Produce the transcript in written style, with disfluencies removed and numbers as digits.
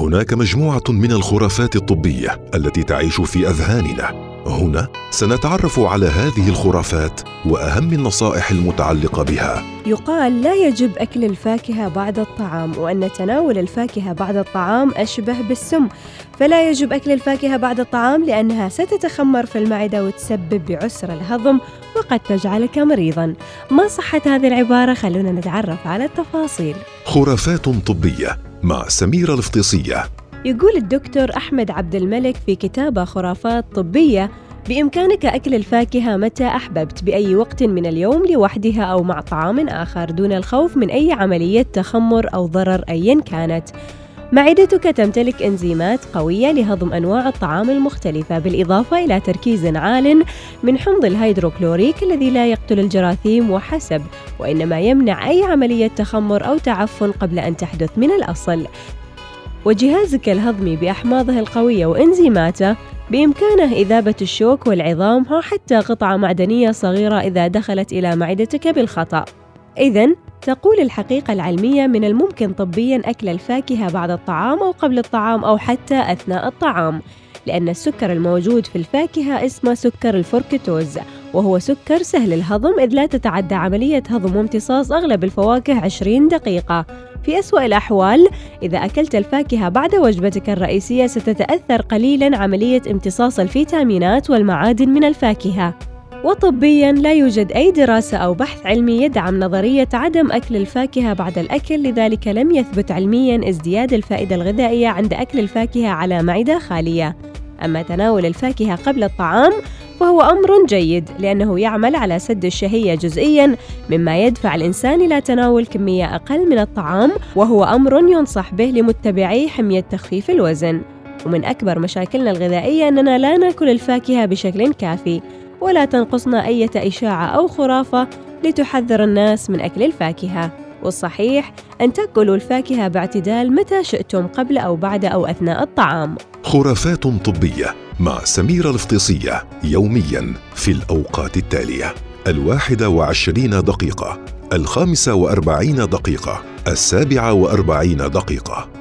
هناك مجموعة من الخرافات الطبية التي تعيش في أذهاننا. هنا سنتعرف على هذه الخرافات وأهم النصائح المتعلقة بها. يقال لا يجب أكل الفاكهة بعد الطعام، وأن تناول الفاكهة بعد الطعام أشبه بالسم، فلا يجب أكل الفاكهة بعد الطعام لأنها ستتخمر في المعدة وتسبب بعسر الهضم وقد تجعلك مريضاً. ما صحة هذه العبارة؟ خلونا نتعرف على التفاصيل. خرافات طبية مع سميرة الفطيسية. يقول الدكتور أحمد عبد الملك في كتابه خرافات طبية: بإمكانك أكل الفاكهة متى أحببت بأي وقت من اليوم لوحدها أو مع طعام آخر دون الخوف من أي عملية تخمر أو ضرر أيا كانت. معدتك تمتلك إنزيمات قوية لهضم أنواع الطعام المختلفة، بالإضافة إلى تركيز عال من حمض الهيدروكلوريك الذي لا يقتل الجراثيم وحسب، وإنما يمنع أي عملية تخمر أو تعفن قبل أن تحدث من الأصل. وجهازك الهضمي بأحماضه القوية وإنزيماته بإمكانه إذابة الشوك والعظام وحتى قطعة معدنية صغيرة إذا دخلت إلى معدتك بالخطأ. إذن تقول الحقيقة العلمية من الممكن طبياً أكل الفاكهة بعد الطعام أو قبل الطعام أو حتى أثناء الطعام، لأن السكر الموجود في الفاكهة اسمه سكر الفركتوز، وهو سكر سهل الهضم إذ لا تتعدى عملية هضم وامتصاص أغلب الفواكه 20 دقيقة. في أسوأ الأحوال إذا أكلت الفاكهة بعد وجبتك الرئيسية ستتأثر قليلاً عملية امتصاص الفيتامينات والمعادن من الفاكهة. وطبياً لا يوجد أي دراسة أو بحث علمي يدعم نظرية عدم أكل الفاكهة بعد الأكل، لذلك لم يثبت علمياً ازدياد الفائدة الغذائية عند أكل الفاكهة على معدة خالية. أما تناول الفاكهة قبل الطعام فهو أمر جيد لأنه يعمل على سد الشهية جزئياً، مما يدفع الإنسان إلى تناول كمية أقل من الطعام، وهو أمر ينصح به لمتبعي حمية تخفيف الوزن. ومن أكبر مشاكلنا الغذائية أننا لا نأكل الفاكهة بشكل كافي، ولا تنقصنا أي إشاعة أو خرافة لتحذر الناس من أكل الفاكهة. والصحيح أن تأكلوا الفاكهة باعتدال متى شئتم، قبل أو بعد أو أثناء الطعام. خرافات طبية مع سميرة الفطيسية يومياً في الأوقات التالية: 21 دقيقة، 45 دقيقة، 47 دقيقة.